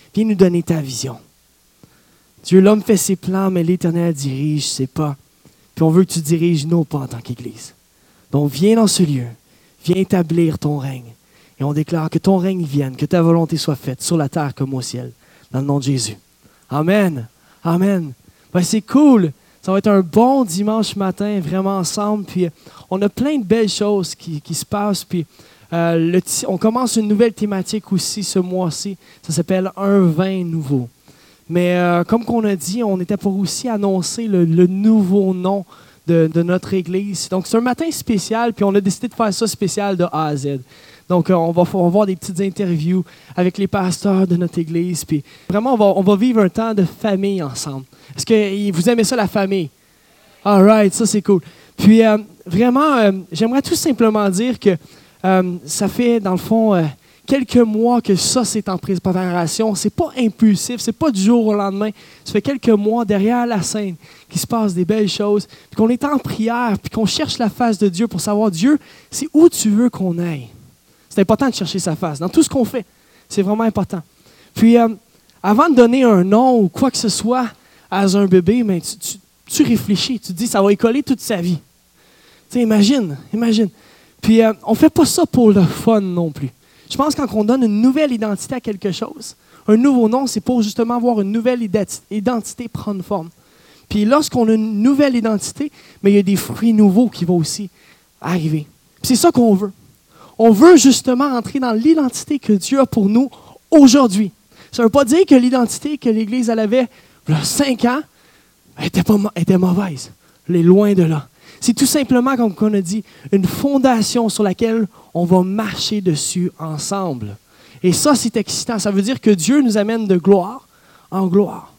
Viens nous donner ta vision. Dieu, l'homme fait ses plans, mais l'Éternel dirige ses pas. Puis on veut que tu diriges nos pas en tant qu'Église. Donc viens dans ce lieu. Viens établir ton règne. Et on déclare que ton règne vienne, que ta volonté soit faite sur la terre comme au ciel. Dans le nom de Jésus. Amen. Amen. Ben, c'est cool. Ça va être un bon dimanche matin, vraiment ensemble. Puis on a plein de belles choses qui se passent. Puis on commence une nouvelle thématique aussi ce mois-ci. Ça s'appelle Un vin nouveau. Mais comme on a dit, on était pour aussi annoncer le nouveau nom de notre Église. Donc c'est un matin spécial. Puis on a décidé de faire ça spécial de A à Z. Donc, on va avoir des petites interviews avec les pasteurs de notre Église. Puis vraiment, on va vivre un temps de famille ensemble. Est-ce que vous aimez ça, la famille? All right, ça c'est cool. Puis vraiment, j'aimerais tout simplement dire que ça fait, dans le fond, quelques mois que ça, c'est en préparation. C'est pas impulsif, c'est pas du jour au lendemain. Ça fait quelques mois derrière la scène qu'il se passe des belles choses, puis qu'on est en prière, puis qu'on cherche la face de Dieu pour savoir, Dieu, c'est où tu veux qu'on aille. C'est important de chercher sa face. Dans tout ce qu'on fait, c'est vraiment important. Puis, avant de donner un nom ou quoi que ce soit à un bébé, mais tu réfléchis. Tu te dis, ça va y coller toute sa vie. Tu sais, imagine. Puis, on ne fait pas ça pour le fun non plus. Je pense que quand on donne une nouvelle identité à quelque chose, un nouveau nom, c'est pour justement avoir une nouvelle identité prendre forme. Puis, lorsqu'on a une nouvelle identité, mais il y a des fruits nouveaux qui vont aussi arriver. Puis, c'est ça qu'on veut. On veut justement entrer dans l'identité que Dieu a pour nous aujourd'hui. Ça ne veut pas dire que l'identité que l'Église elle avait il y a 5 ans était mauvaise. Elle est loin de là. C'est tout simplement, comme on a dit, une fondation sur laquelle on va marcher dessus ensemble. Et ça, c'est excitant. Ça veut dire que Dieu nous amène de gloire en gloire.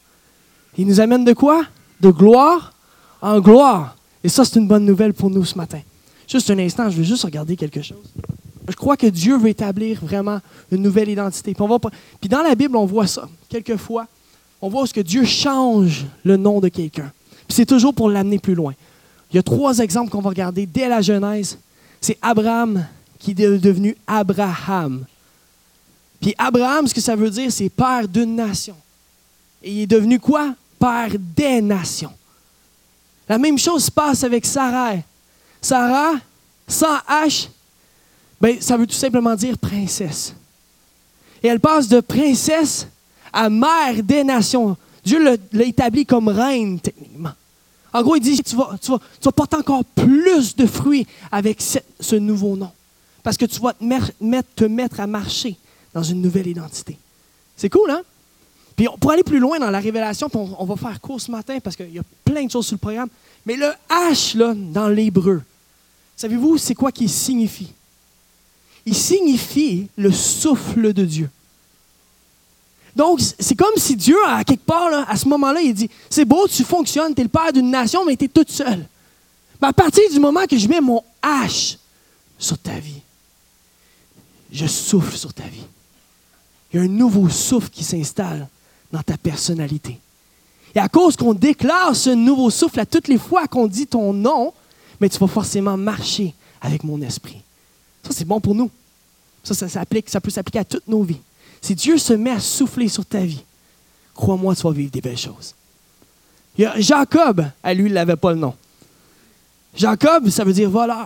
Il nous amène de quoi? De gloire en gloire. Et ça, c'est une bonne nouvelle pour nous ce matin. Juste un instant, je veux juste regarder quelque chose. Je crois que Dieu veut établir vraiment une nouvelle identité. Puis dans la Bible, on voit ça. Quelquefois, on voit ce que Dieu change le nom de quelqu'un. Puis c'est toujours pour l'amener plus loin. Il y a 3 exemples qu'on va regarder dès la Genèse. C'est Abraham qui est devenu Abraham. Puis Abraham, ce que ça veut dire, c'est père d'une nation. Et il est devenu quoi? Père des nations. La même chose se passe avec Sarah. Sarah, sans H, ben, ça veut tout simplement dire princesse. Et elle passe de princesse à mère des nations. Dieu l'a établie comme reine, techniquement. En gros, il dit, tu vas porter encore plus de fruits avec ce nouveau nom. Parce que tu vas te mettre à marcher dans une nouvelle identité. C'est cool, hein? Puis pour aller plus loin dans la révélation, on va faire court ce matin parce qu'il y a plein de choses sur le programme. Mais le H, là, dans l'hébreu, savez-vous, c'est quoi qu'il signifie? Il signifie le souffle de Dieu. Donc, c'est comme si Dieu, à quelque part, là, à ce moment-là, il dit, c'est beau, tu fonctionnes, tu es le père d'une nation, mais tu es toute seule. Mais à partir du moment que je mets mon H sur ta vie, je souffle sur ta vie. Il y a un nouveau souffle qui s'installe dans ta personnalité. Et à cause qu'on déclare ce nouveau souffle à toutes les fois qu'on dit ton nom, mais tu vas forcément marcher avec mon esprit. Ça, c'est bon pour nous. Ça peut s'appliquer à toutes nos vies. Si Dieu se met à souffler sur ta vie, crois-moi, tu vas vivre des belles choses. Il y a Jacob, à lui, il n'avait pas le nom. Jacob, ça veut dire voleur.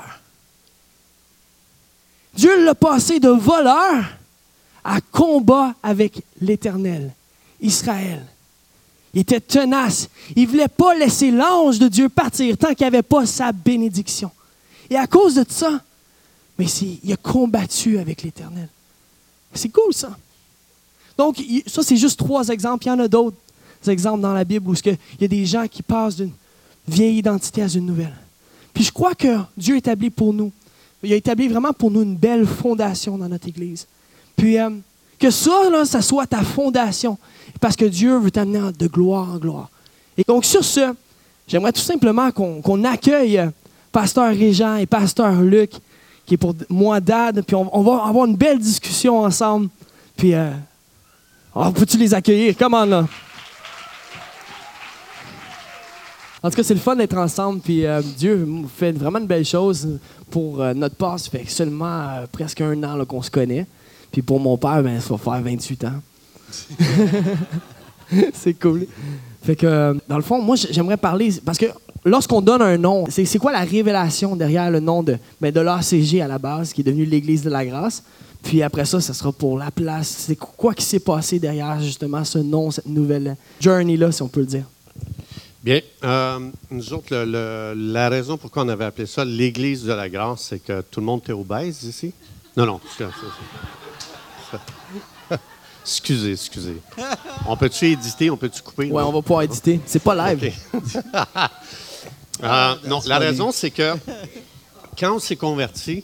Dieu l'a passé de voleur à combat avec l'Éternel, Israël. Il était tenace. Il ne voulait pas laisser l'ange de Dieu partir tant qu'il n'y avait pas sa bénédiction. Et à cause de ça, mais il a combattu avec l'Éternel. C'est cool, ça. Donc, ça, c'est juste 3 exemples. Il y en a d'autres exemples dans la Bible où il y a des gens qui passent d'une vieille identité à une nouvelle. Puis je crois que Dieu a établi pour nous, il a établi vraiment pour nous une belle fondation dans notre Église. Puis que ça, là, ça soit ta fondation, parce que Dieu veut t'amener de gloire en gloire. Et donc, sur ce, j'aimerais tout simplement qu'on accueille Pasteur Régent et Pasteur Luc, qui est pour moi Dad, puis on va avoir une belle discussion ensemble. Puis, peux-tu les accueillir? Comment là? En tout cas, c'est le fun d'être ensemble, puis Dieu fait vraiment une belle chose pour notre part. Ça fait seulement presque 1 an là, qu'on se connaît. Puis pour mon père, ça va faire 28 ans. C'est cool. Fait que, dans le fond, moi, j'aimerais parler, parce que lorsqu'on donne un nom, c'est quoi la révélation derrière le nom de l'ACG à la base, qui est devenu l'Église de la Grâce? Puis après ça, ça sera pour la place. C'est quoi qui s'est passé derrière, justement, ce nom, cette nouvelle journey-là, si on peut le dire? Bien, nous autres, la raison pourquoi on avait appelé ça l'Église de la Grâce, c'est que tout le monde était obèse ici. Non. Excusez. On peut-tu éditer, on peut-tu couper? Oui, on va pouvoir éditer. C'est pas live. Okay. Non, la raison, c'est que quand on s'est converti,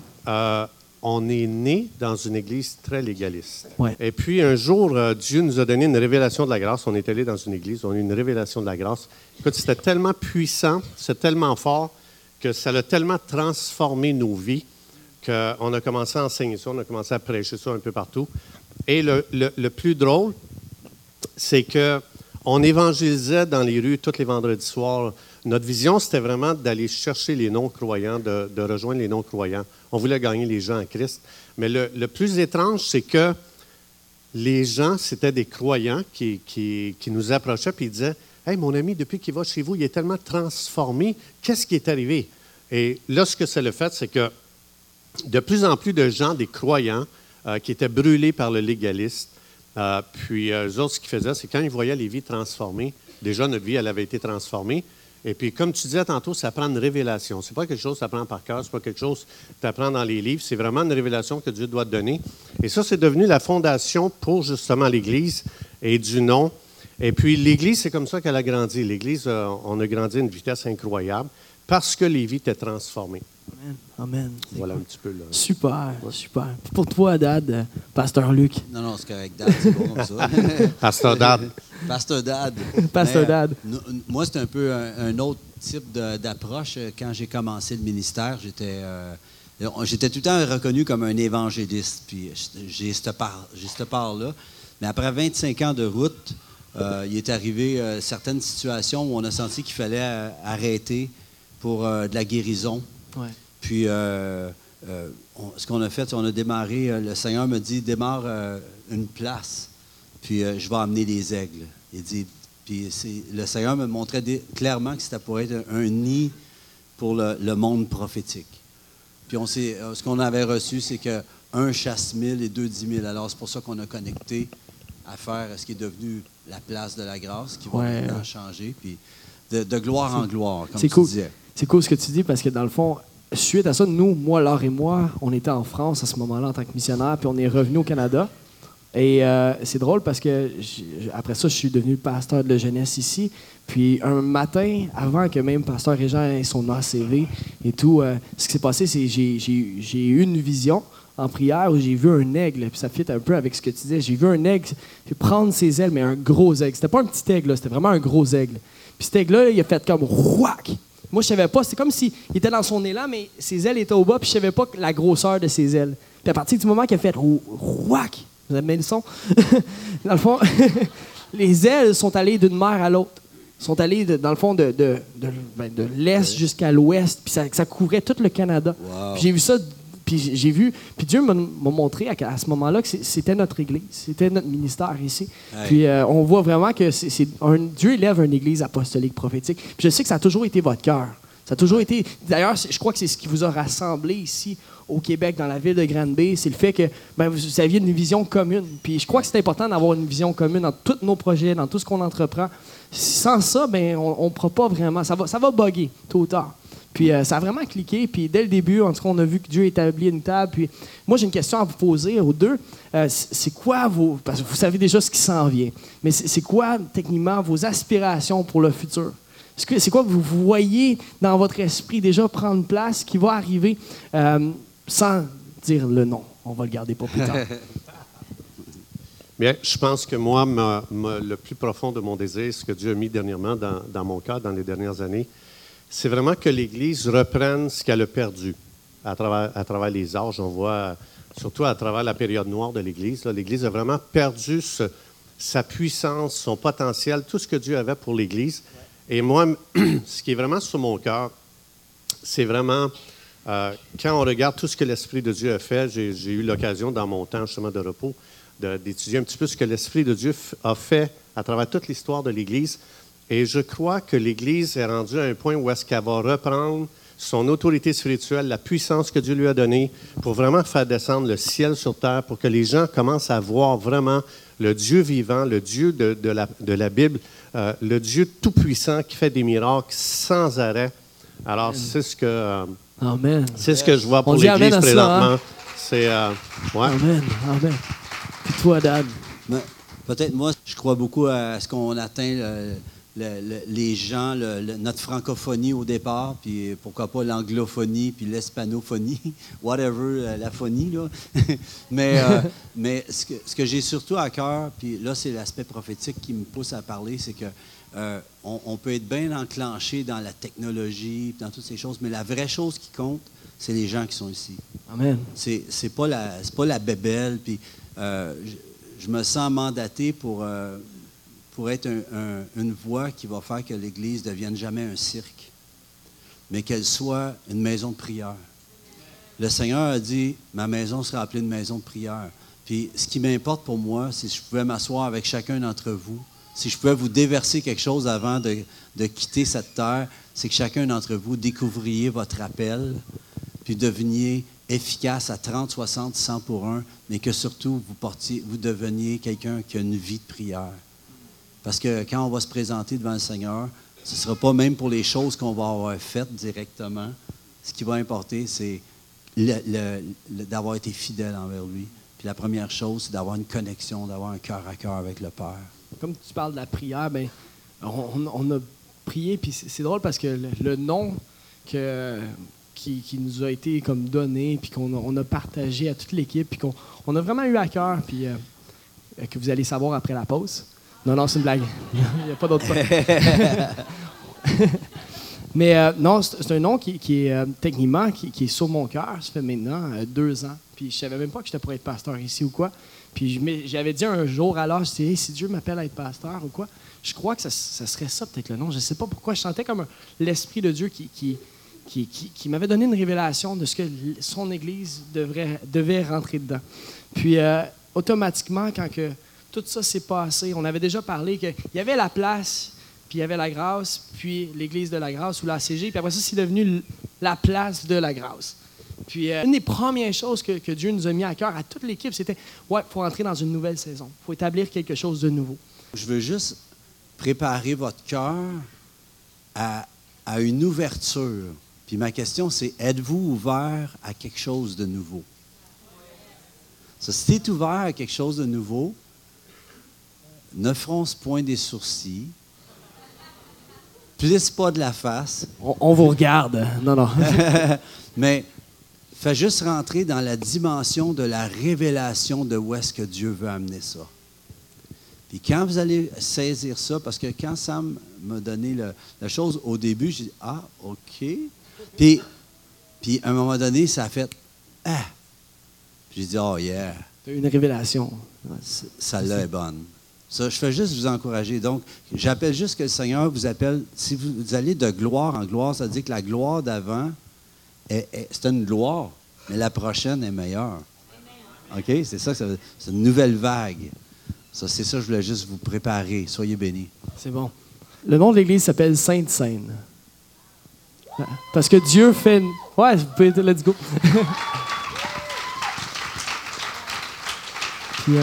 on est né dans une église très légaliste. Ouais. Et puis, un jour, Dieu nous a donné une révélation de la grâce. On est allé dans une église, on a eu une révélation de la grâce. Écoute, c'était tellement puissant, c'était tellement fort, que ça a tellement transformé nos vies qu'on a commencé à enseigner ça, on a commencé à prêcher ça un peu partout. Et le plus drôle, c'est qu'on évangélisait dans les rues tous les vendredis soirs. Notre vision, c'était vraiment d'aller chercher les non-croyants, de rejoindre les non-croyants. On voulait gagner les gens en Christ. Mais le plus étrange, c'est que les gens, c'était des croyants qui nous approchaient et ils disaient « Hey, mon ami, depuis qu'il va chez vous, il est tellement transformé. Qu'est-ce qui est arrivé? » Et là, ce que ça le fait, c'est que de plus en plus de gens, des croyants, qui étaient brûlés par le légaliste. Puis eux autres, ce qu'ils faisaient, c'est quand ils voyaient les vies transformées, déjà notre vie, elle avait été transformée. Et puis, comme tu disais tantôt, ça prend une révélation. Ce n'est pas quelque chose que tu apprends par cœur, ce n'est pas quelque chose que tu apprends dans les livres. C'est vraiment une révélation que Dieu doit te donner. Et ça, c'est devenu la fondation pour justement l'Église et du nom. Et puis, l'Église, c'est comme ça qu'elle a grandi. L'Église, on a grandi à une vitesse incroyable parce que les vies étaient transformées. Amen. Voilà un petit peu là. Super. Pour toi, Dad, Pasteur Luc. Non, c'est correct, Dad, c'est bon comme ça. Pasteur Dad. Pasteur Dad. Pasteur Dad. Moi, c'est un peu un autre type d'approche. Quand j'ai commencé le ministère, j'étais tout le temps reconnu comme un évangéliste. Puis j'ai cette part-là. Mais après 25 ans de route, il est arrivé certaines situations où on a senti qu'il fallait arrêter pour de la guérison. Ouais. Puis, ce qu'on a fait, c'est qu'on a démarré, le Seigneur me dit, démarre une place, puis je vais amener des aigles. Il dit, puis le Seigneur me montrait clairement que c'était pour être un nid pour le monde prophétique. Puis ce qu'on avait reçu, c'est que 1 chasse 1000 et 2 10 000. Alors, c'est pour ça qu'on a connecté à faire ce qui est devenu la place de la grâce, qui va maintenant changer, puis de gloire en gloire, comme tu disais. C'est cool ce que tu dis, parce que dans le fond, suite à ça, nous, moi, Laure et moi, on était en France à ce moment-là en tant que missionnaire, puis on est revenu au Canada. Et c'est drôle parce que après ça, je suis devenu pasteur de la jeunesse ici. Puis un matin, avant que même pasteur Régent ait son ACV et tout, ce qui s'est passé, c'est que j'ai eu une vision en prière où j'ai vu un aigle. Puis ça fit un peu avec ce que tu disais. J'ai vu un aigle prendre ses ailes, mais un gros aigle. C'était pas un petit aigle, là, c'était vraiment un gros aigle. Puis cet aigle-là, il a fait comme « rouac ». Moi, je savais pas. C'est comme s'il était dans son élan, mais ses ailes étaient au bas, puis je savais pas la grosseur de ses ailes. Puis à partir du moment qu'il a fait « rouac », vous avez mis le son? Dans le fond, les ailes sont allées d'une mer à l'autre. Sont allées, dans le fond, de l'est jusqu'à l'ouest. Puis ça couvrait tout le Canada. Wow. Puis j'ai vu ça. Puis j'ai vu. Puis Dieu m'a montré à ce moment-là que c'était notre Église. C'était notre ministère ici. Hey. Puis on voit vraiment que Dieu élève une Église apostolique prophétique. Puis je sais que ça a toujours été votre cœur. Ça a toujours été... D'ailleurs, je crois que c'est ce qui vous a rassemblé ici au Québec, dans la ville de Granby. C'est le fait que vous aviez une vision commune. Puis je crois que c'est important d'avoir une vision commune dans tous nos projets, dans tout ce qu'on entreprend. Sans ça, on ne pourra pas vraiment... Ça va bugger, tôt ou tard. Puis ça a vraiment cliqué. Puis dès le début, en tout cas, on a vu que Dieu établit une table. Puis moi, j'ai une question à vous poser aux deux. C'est quoi parce que vous savez déjà ce qui s'en vient. Mais c'est quoi, techniquement, vos aspirations pour le futur? C'est quoi que vous voyez dans votre esprit déjà prendre place, qui va arriver sans dire le nom? On va le garder pour plus tard. Bien, je pense que moi, le plus profond de mon désir, ce que Dieu a mis dernièrement dans mon cœur, dans les dernières années, c'est vraiment que l'Église reprenne ce qu'elle a perdu à travers les âges. On voit, surtout à travers la période noire de l'Église, l'Église a vraiment perdu sa puissance, son potentiel, tout ce que Dieu avait pour l'Église. Et moi, ce qui est vraiment sur mon cœur, c'est vraiment, quand on regarde tout ce que l'Esprit de Dieu a fait, j'ai eu l'occasion dans mon temps justement de repos d'étudier un petit peu ce que l'Esprit de Dieu a fait à travers toute l'histoire de l'Église. Et je crois que l'Église est rendue à un point où est-ce qu'elle va reprendre son autorité spirituelle, la puissance que Dieu lui a donnée pour vraiment faire descendre le ciel sur terre, pour que les gens commencent à voir vraiment le Dieu vivant, le Dieu de la Bible, le Dieu tout-puissant qui fait des miracles sans arrêt. Alors, c'est ce que, Amen. c'est ce que je vois pour On dit l'Église amen à ça, présentement. hein? C'est, ouais. Amen. Amen. Puis toi, Dan? Mais peut-être moi, je crois beaucoup à ce qu'on atteint les gens, notre francophonie au départ, puis pourquoi pas l'anglophonie, puis l'hispanophonie, whatever, la phonie, là. mais ce que j'ai surtout à cœur, puis là, c'est l'aspect prophétique qui me pousse à parler, c'est que on peut être bien enclenché dans la technologie, dans toutes ces choses, mais la vraie chose qui compte, c'est les gens qui sont ici. Amen. C'est pas la bébelle, puis je me sens mandaté pour être une voix qui va faire que l'Église ne devienne jamais un cirque, mais qu'elle soit une maison de prière. Le Seigneur a dit, ma maison sera appelée une maison de prière. Puis ce qui m'importe pour moi, c'est si je pouvais m'asseoir avec chacun d'entre vous, si je pouvais vous déverser quelque chose avant de quitter cette terre, c'est que chacun d'entre vous découvriez votre appel, puis deveniez efficace à 30, 60, 100 pour 1, mais que surtout vous deveniez quelqu'un qui a une vie de prière. Parce que quand on va se présenter devant le Seigneur, ce ne sera pas même pour les choses qu'on va avoir faites directement. Ce qui va importer, c'est d'avoir été fidèle envers lui. Puis la première chose, c'est d'avoir une connexion, d'avoir un cœur à cœur avec le Père. Comme tu parles de la prière, ben, on a prié, puis c'est drôle parce que le nom qui nous a été comme donné, puis qu'on a partagé à toute l'équipe, puis qu'on a vraiment eu à cœur, puis que vous allez savoir après la pause. Non, c'est une blague. Il n'y a pas d'autre point. Mais non, c'est un nom qui est techniquement qui est sur mon cœur. Ça fait maintenant 2 ans. Puis je ne savais même pas que j'étais pour être pasteur ici ou quoi. Puis j'avais dit un jour à l'âge, hey, si Dieu m'appelle à être pasteur ou quoi, je crois que ça serait ça peut-être le nom. Je ne sais pas pourquoi. Je sentais comme l'Esprit de Dieu qui m'avait donné une révélation de ce que son Église devait rentrer dedans. Puis automatiquement, quand tout ça s'est passé, on avait déjà parlé qu'il y avait la place, puis il y avait la grâce, puis l'Église de la grâce ou l'ACG, puis après ça, c'est devenu la place de la grâce. Puis une des premières choses que Dieu nous a mis à cœur, à toute l'équipe, c'était « Ouais, il faut entrer dans une nouvelle saison. Il faut établir quelque chose de nouveau. » Je veux juste préparer votre cœur à une ouverture. Puis ma question, c'est, êtes-vous ouvert à quelque chose de nouveau? Ça, si tu es ouvert à quelque chose de nouveau, ne fronce point des sourcils, plisse pas de la face. On vous regarde. Non. Mais fais juste rentrer dans la dimension de la révélation de où est-ce que Dieu veut amener ça. Puis quand vous allez saisir ça, parce que quand Sam m'a donné la chose, au début, j'ai dit « Ah, OK. » Puis à un moment donné, ça a fait « Ah! » J'ai dit « Oh yeah! » Tu as eu une révélation. Celle-là est bonne. Ça, je fais juste vous encourager. Donc, j'appelle juste que le Seigneur vous appelle. Si vous allez de gloire en gloire, ça veut dire que la gloire d'avant, c'est une gloire, mais la prochaine est meilleure. OK? C'est ça que ça veut dire. C'est une nouvelle vague. Ça, c'est ça que je voulais juste vous préparer. Soyez bénis. C'est bon. Le nom de l'Église s'appelle Sainte-Seine. Parce que Dieu fait... Ouais, vous pouvez... Let's go. Puis,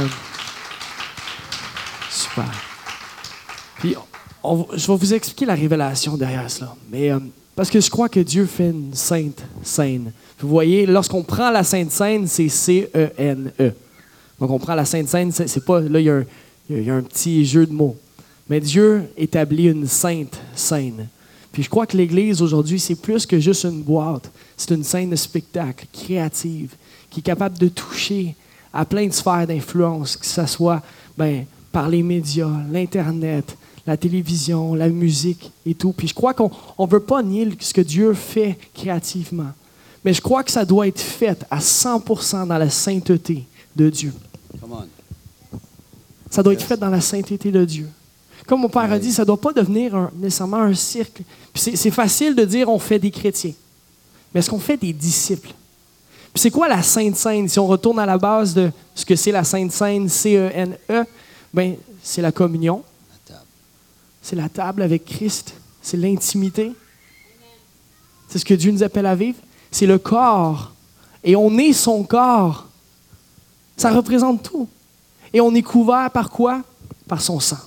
super. Puis, je vais vous expliquer la révélation derrière cela. Mais parce que je crois que Dieu fait une sainte scène. Vous voyez, lorsqu'on prend la sainte scène, c'est C-E-N-E. Donc, on prend la sainte scène, c'est pas... Là, il y a un petit jeu de mots. Mais Dieu établit une sainte scène. Puis je crois que l'Église, aujourd'hui, c'est plus que juste une boîte. C'est une scène de spectacle créative qui est capable de toucher à plein de sphères d'influence, que ce soit par les médias, l'Internet, la télévision, la musique et tout. Puis je crois qu'on ne veut pas nier ce que Dieu fait créativement. Mais je crois que ça doit être fait à 100% dans la sainteté de Dieu. Come on. Ça doit être fait dans la sainteté de Dieu. Comme mon père a dit, ça ne doit pas devenir nécessairement un cirque. Puis c'est facile de dire on fait des chrétiens. Mais est-ce qu'on fait des disciples? Puis c'est quoi la Sainte Seine? Si on retourne à la base de ce que c'est la Sainte Seine, C-E-N-E, ben, c'est la communion. La table. C'est la table avec Christ. C'est l'intimité. C'est ce que Dieu nous appelle à vivre. C'est le corps. Et on est son corps. Ça représente tout. Et on est couvert par quoi? Par son sang.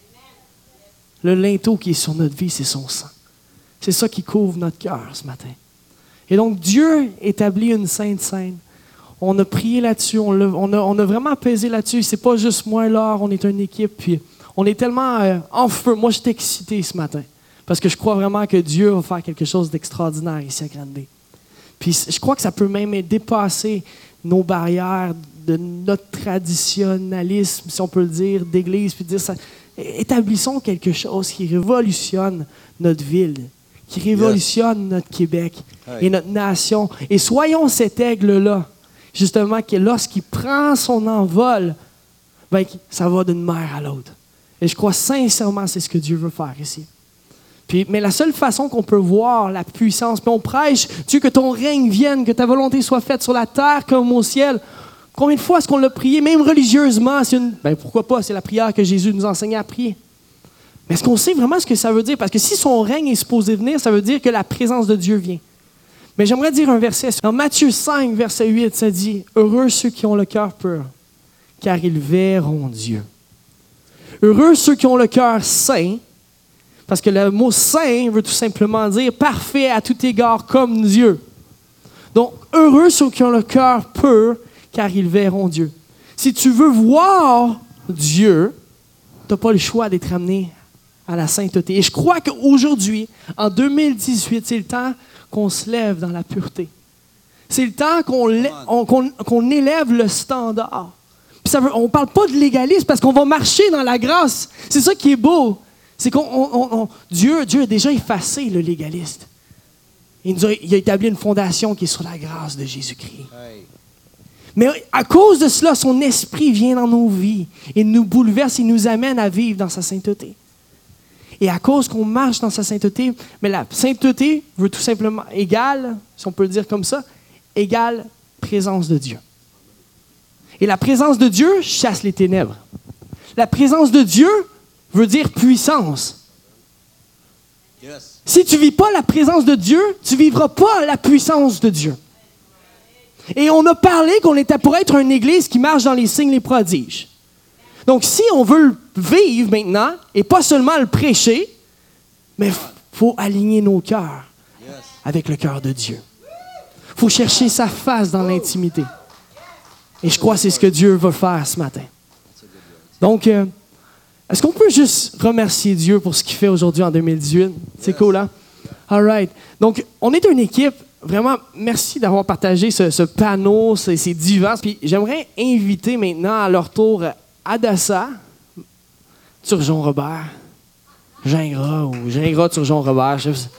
Le linteau qui est sur notre vie, c'est son sang. C'est ça qui couvre notre cœur ce matin. Et donc, Dieu établit une sainte scène. On a prié là-dessus, on a vraiment pesé là-dessus. C'est pas juste moi et Laure, on est une équipe. Puis on est tellement en feu. Moi, je suis excité ce matin. Parce que je crois vraiment que Dieu va faire quelque chose d'extraordinaire ici à Granby. Puis je crois que ça peut même dépasser nos barrières de notre traditionnalisme, si on peut le dire, d'Église, puis dire ça. Établissons quelque chose qui révolutionne notre ville, qui révolutionne notre Québec et notre nation. Et soyons cet aigle-là, justement, que lorsqu'il prend son envol, ben, ça va d'une mer à l'autre. Et je crois sincèrement que c'est ce que Dieu veut faire ici. Mais la seule façon qu'on peut voir la puissance, puis on prêche, Dieu, que ton règne vienne, que ta volonté soit faite sur la terre comme au ciel. Combien de fois est-ce qu'on l'a prié, même religieusement? Pourquoi pas? C'est la prière que Jésus nous enseignait à prier. Mais est-ce qu'on sait vraiment ce que ça veut dire? Parce que si son règne est supposé venir, ça veut dire que la présence de Dieu vient. Mais j'aimerais dire un verset. Dans Matthieu 5, verset 8, ça dit « Heureux ceux qui ont le cœur pur, car ils verront Dieu. Heureux ceux qui ont le cœur saint, parce que le mot saint veut tout simplement dire parfait à tout égard comme Dieu. Donc, heureux ceux qui ont le cœur pur, car ils verront Dieu. Si tu veux voir Dieu, tu n'as pas le choix d'être amené à la sainteté. Et je crois qu'aujourd'hui, en 2018, c'est le temps qu'on se lève dans la pureté. C'est le temps qu'on élève le standard. Puis on ne parle pas de légalisme parce qu'on va marcher dans la grâce. C'est ça qui est beau. C'est Dieu a déjà effacé le légaliste. Il a établi une fondation qui est sur la grâce de Jésus-Christ. Hey. Mais à cause de cela, son esprit vient dans nos vies et nous bouleverse et nous amène à vivre dans sa sainteté. Et à cause qu'on marche dans sa sainteté, mais la sainteté veut tout simplement égale, si on peut le dire comme ça, égale présence de Dieu. Et la présence de Dieu chasse les ténèbres. La présence de Dieu veut dire puissance. Yes. Si tu ne vis pas la présence de Dieu, tu ne vivras pas la puissance de Dieu. Et on a parlé qu'on était pour être une église qui marche dans les signes, les prodiges. Donc, si on veut le vivre maintenant, et pas seulement le prêcher, mais il faut aligner nos cœurs avec le cœur de Dieu. Il faut chercher sa face dans l'intimité. Et je crois que c'est ce que Dieu veut faire ce matin. Donc, est-ce qu'on peut juste remercier Dieu pour ce qu'il fait aujourd'hui en 2018? C'est cool, hein? All right. Donc, on est une équipe. Vraiment, merci d'avoir partagé ce panneau, ces divans. Puis j'aimerais inviter maintenant à leur tour Adassa, Turgeon-Robert, Gingras ou Gingras Turgeon-Robert.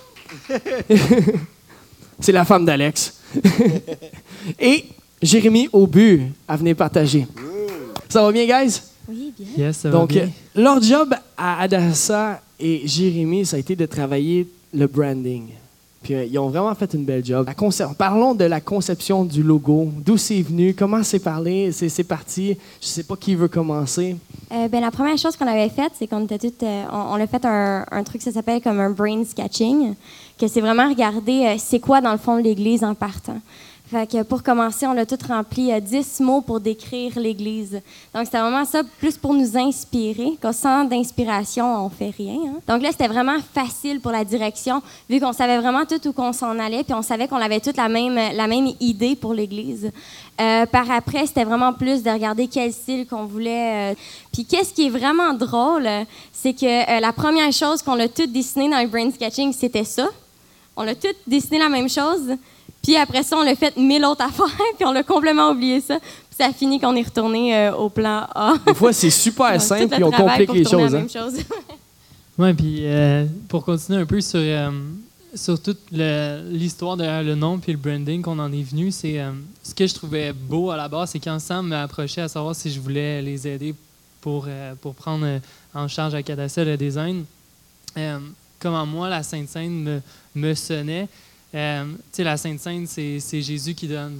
C'est la femme d'Alex. Et Jérémy Aubu à venir partager. Ça va bien, guys? Oui, bien. Yes, ça va bien. Leur job à Adassa et Jérémy, ça a été de travailler le branding. Puis ils ont vraiment fait une belle job. Parlons de la conception du logo. D'où c'est venu? Comment c'est parlé? C'est parti? Je ne sais pas qui veut commencer. La première chose qu'on avait faite, c'est qu'on était toutes... on a fait un truc, ça s'appelle comme un brain sketching, que c'est vraiment regarder c'est quoi, dans le fond, l'Église en partant. Fait que pour commencer, on a tout rempli 10 mots pour décrire l'Église. Donc, c'était vraiment ça, plus pour nous inspirer. Sans d'inspiration, on fait rien. Hein? Donc là, c'était vraiment facile pour la direction, vu qu'on savait vraiment tout où qu'on s'en allait, puis on savait qu'on avait toute la même idée pour l'Église. Par après, c'était vraiment plus de regarder quel style qu'on voulait. Puis qu'est-ce qui est vraiment drôle, c'est que la première chose qu'on a tout dessiné dans le brain sketching, c'était ça. On a tout dessiné la même chose. Puis après ça, on l'a fait 1000 autres affaires, puis on a complètement oublié ça. Puis ça a fini qu'on est retourné au plan A. Des fois, c'est super simple, puis on complique les choses. Hein? Oui, puis pour continuer un peu sur toute l'histoire derrière le nom puis le branding qu'on en est venu, c'est ce que je trouvais beau à la base, c'est quand Sam m'a approché à savoir si je voulais les aider pour prendre en charge à Adassa le design. Comment moi, la Sainte Seine me sonnait. La Sainte Seine, c'est Jésus qui donne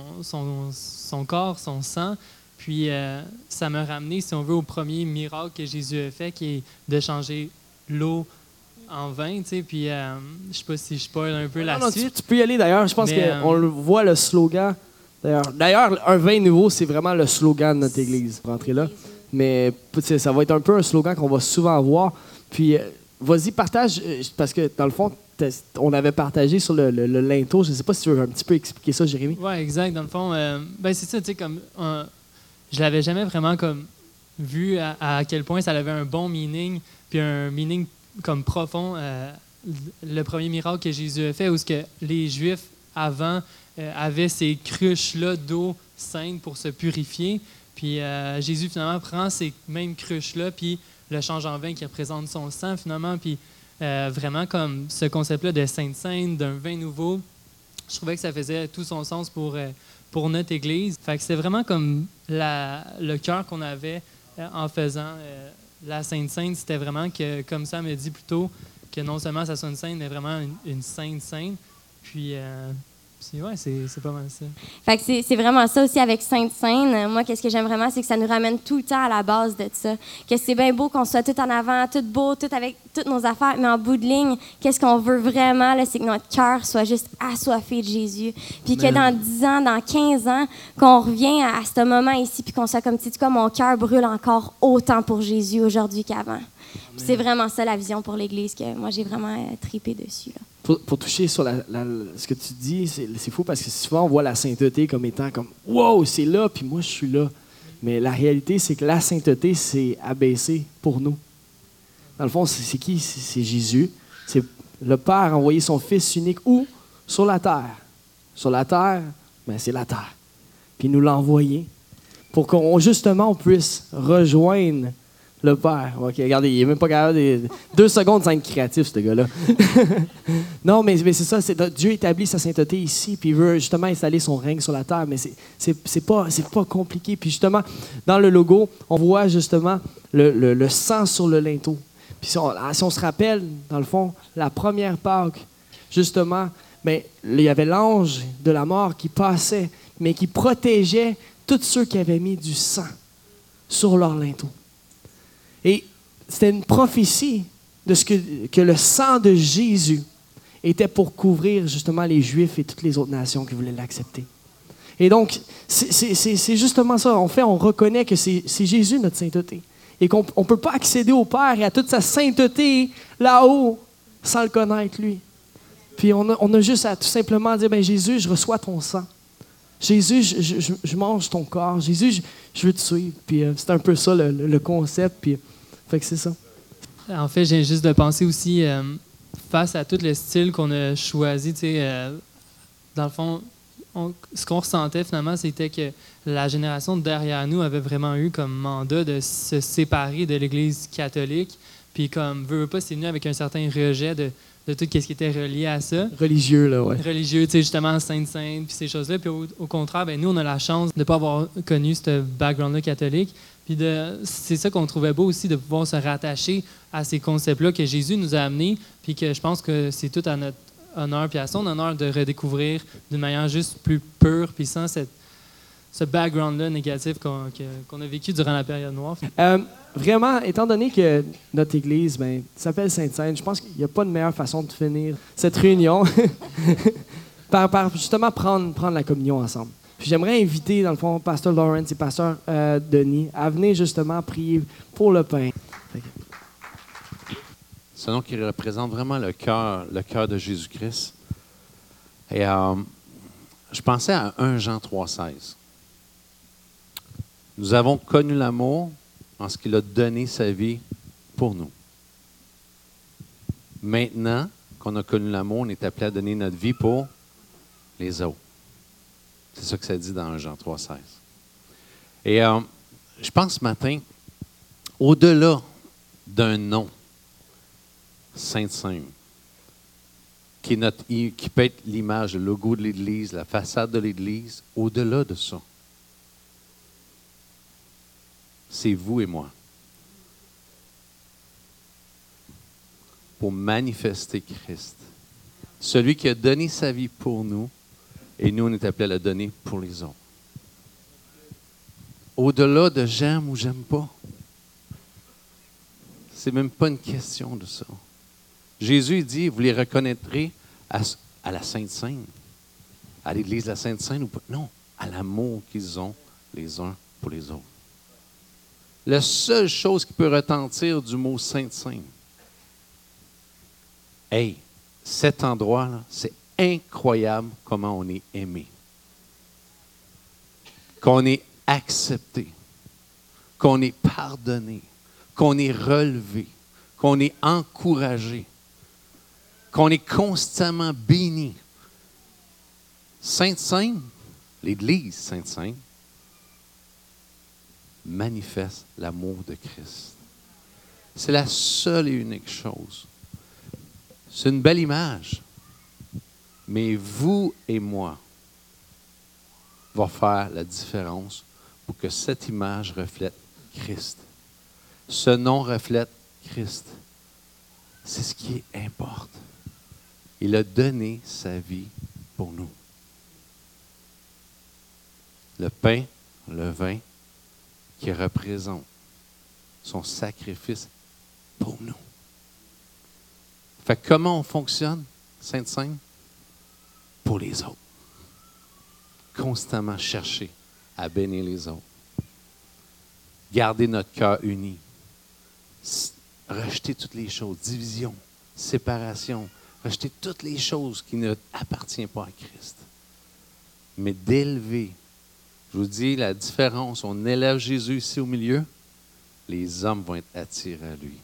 son corps, son sang. Puis ça m'a ramené, si on veut, au premier miracle que Jésus a fait, qui est de changer l'eau en vin. Puis je ne sais pas si je spoil un peu la suite. Tu peux y aller d'ailleurs. Je pense qu'on voit le slogan. D'ailleurs, un vin nouveau, c'est vraiment le slogan de notre Église. Rentrer là. Mais ça va être un peu un slogan qu'on va souvent voir. Puis vas-y, partage, parce que dans le fond, on avait partagé sur le linteau. Je ne sais pas si tu veux un petit peu expliquer ça, Jérémy. Oui, exact. Dans le fond, c'est ça, tu sais, comme je l'avais jamais vraiment comme vu à quel point ça avait un bon meaning, puis un meaning comme profond. Le premier miracle que Jésus a fait, où ce que les Juifs avant avaient ces cruches-là d'eau sainte pour se purifier. Puis Jésus, finalement, prend ces mêmes cruches-là, puis le change en vin qui représente son sang, finalement. Puis vraiment, comme ce concept-là de Sainte Seine, d'un vin nouveau, je trouvais que ça faisait tout son sens pour notre Église. Fait que c'était vraiment comme le cœur qu'on avait en faisant la Sainte Seine. C'était vraiment que, comme ça me dit plus tôt, que non seulement ça soit une scène, mais vraiment une Sainte Seine. Puis... c'est pas mal ça. Fait que c'est vraiment ça aussi avec Sainte Seine. Moi, qu'est-ce que j'aime vraiment, c'est que ça nous ramène tout le temps à la base de ça. Que c'est bien beau qu'on soit tout en avant, tout beau, tout avec toutes nos affaires, mais en bout de ligne, qu'est-ce qu'on veut vraiment, là, c'est que notre cœur soit juste assoiffé de Jésus. Puis que dans 10 ans, dans 15 ans, qu'on revient à ce moment ici, puis qu'on soit comme, tu sais quoi, mon cœur brûle encore autant pour Jésus aujourd'hui qu'avant. C'est vraiment ça la vision pour l'Église, que moi, j'ai vraiment tripé dessus, là. Pour toucher sur ce que tu dis, c'est fou parce que souvent on voit la sainteté comme étant comme « Wow, c'est là, puis moi je suis là ». Mais la réalité, c'est que la sainteté, c'est abaissé pour nous. Dans le fond, c'est qui? C'est Jésus. C'est le Père a envoyé son Fils unique où? Sur la terre. Sur la terre, ben c'est la terre. Puis il nous l'a envoyé pour qu'on justement on puisse rejoindre le Père. OK, regardez, il n'est même pas capable de... 2 secondes sans être créatif, ce gars-là. Non, mais c'est ça. Dieu établit sa sainteté ici, puis il veut justement installer son règne sur la terre, mais c'est pas compliqué. Puis justement, dans le logo, on voit justement le sang sur le linteau. Puis si on se rappelle, dans le fond, la première Pâques, justement, bien, il y avait l'ange de la mort qui passait, mais qui protégeait tous ceux qui avaient mis du sang sur leur linteau. Et c'était une prophétie de ce que le sang de Jésus était pour couvrir justement les Juifs et toutes les autres nations qui voulaient l'accepter. Et donc, c'est justement ça. En fait, on reconnaît que c'est Jésus notre sainteté. Et qu'on ne peut pas accéder au Père et à toute sa sainteté là-haut sans le connaître, lui. Puis on a juste à tout simplement dire, « Jésus, je reçois ton sang. Jésus, je mange ton corps. Jésus, je veux te suivre. » Puis c'est un peu ça le concept. Puis fait que c'est ça. En fait, j'ai juste de penser aussi, face à tout le style qu'on a choisi, dans le fond, ce qu'on ressentait finalement, c'était que la génération derrière nous avait vraiment eu comme mandat de se séparer de l'Église catholique. Puis comme, veut pas, c'est venu avec un certain rejet de tout ce qui était relié à ça. Religieux, là, ouais. Religieux, justement, Sainte-Sainte, puis ces choses-là. Puis au contraire, nous, on a la chance de ne pas avoir connu ce background-là catholique. Puis c'est ça qu'on trouvait beau aussi, de pouvoir se rattacher à ces concepts-là que Jésus nous a amenés, puis que je pense que c'est tout à notre honneur, puis à son honneur de redécouvrir d'une manière juste plus pure, puis sans ce background-là négatif qu'on a vécu durant la période noire. Vraiment, étant donné que notre Église s'appelle Sainte-Seine, je pense qu'il n'y a pas de meilleure façon de finir cette réunion par justement prendre la communion ensemble. Puis j'aimerais inviter, dans le fond, Pasteur Lawrence et Pasteur Denis à venir justement prier pour le pain. Ce nom qui représente vraiment le cœur de Jésus-Christ. Et je pensais à 1 Jean 3,16. Nous avons connu l'amour en ce qu'il a donné sa vie pour nous. Maintenant qu'on a connu l'amour, on est appelé à donner notre vie pour les autres. C'est ça que ça dit dans 1 Jean 3,16. Et je pense ce matin, au-delà d'un nom, Sainte-Seine, qui peut être l'image, le logo de l'Église, la façade de l'Église, au-delà de ça, c'est vous et moi. Pour manifester Christ Celui qui a donné sa vie pour nous, et nous, on est appelés à la donner pour les autres. Au-delà de j'aime ou j'aime pas, c'est même pas une question de ça. Jésus dit, vous les reconnaîtrez à la Sainte Seine, à l'Église de la Sainte Seine ou pas. Non, à l'amour qu'ils ont les uns pour les autres. La seule chose qui peut retentir du mot Sainte Seine, hey, cet endroit-là, c'est incroyable comment on est aimé, qu'on est accepté, qu'on est pardonné, qu'on est relevé, qu'on est encouragé, qu'on est constamment béni. Sainte-Seine, l'Église Sainte-Seine, manifeste l'amour de Christ. C'est la seule et unique chose. C'est une belle image. Mais vous et moi va faire la différence pour que cette image reflète Christ. Ce nom reflète Christ. C'est ce qui importe. Il a donné sa vie pour nous. Le pain, le vin, qui représente son sacrifice pour nous. Fait que comment on fonctionne, Sainte-Seine? Pour les autres. Constamment chercher à bénir les autres. Garder notre cœur uni. Rejeter toutes les choses. Division, séparation. Rejeter toutes les choses qui ne appartiennent pas à Christ. Mais d'élever. Je vous dis la différence. On élève Jésus ici au milieu. Les hommes vont être attirés à lui.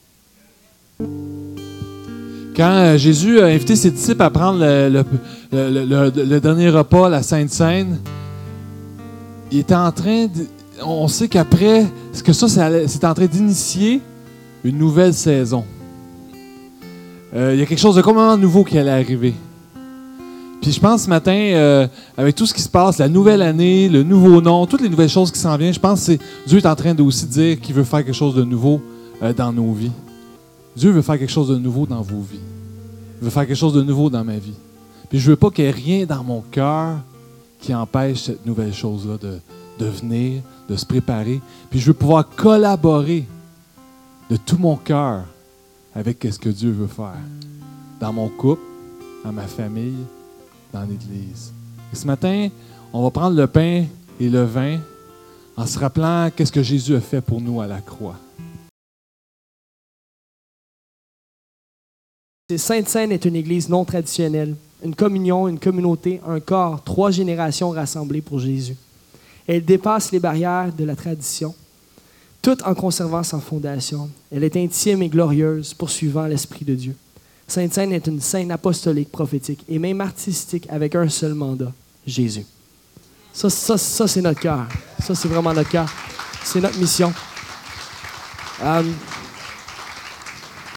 Quand Jésus a invité ses disciples à prendre le dernier repas, la Sainte Seine, il était en train de... On sait qu'après, c'est en train d'initier une nouvelle saison. Il y a quelque chose de complètement nouveau qui allait arriver. Puis je pense ce matin, avec tout ce qui se passe, la nouvelle année, le nouveau nom, toutes les nouvelles choses qui s'en viennent, je pense que Dieu est en train de aussi dire qu'il veut faire quelque chose de nouveau dans nos vies. Dieu veut faire quelque chose de nouveau dans vos vies. Il veut faire quelque chose de nouveau dans ma vie. Puis je ne veux pas qu'il y ait rien dans mon cœur qui empêche cette nouvelle chose-là de venir, de se préparer. Puis je veux pouvoir collaborer de tout mon cœur avec ce que Dieu veut faire. Dans mon couple, dans ma famille, dans l'Église. Et ce matin, on va prendre le pain et le vin en se rappelant qu'est-ce que Jésus a fait pour nous à la croix. Sainte-Seine est une église non traditionnelle, une communion, une communauté, un corps, 3 générations rassemblées pour Jésus. Elle dépasse les barrières de la tradition, tout en conservant sa fondation. Elle est intime et glorieuse, poursuivant l'Esprit de Dieu. Sainte-Seine est une scène apostolique, prophétique et même artistique avec un seul mandat, Jésus. Ça c'est notre cœur. Ça, c'est vraiment notre cœur. C'est notre mission.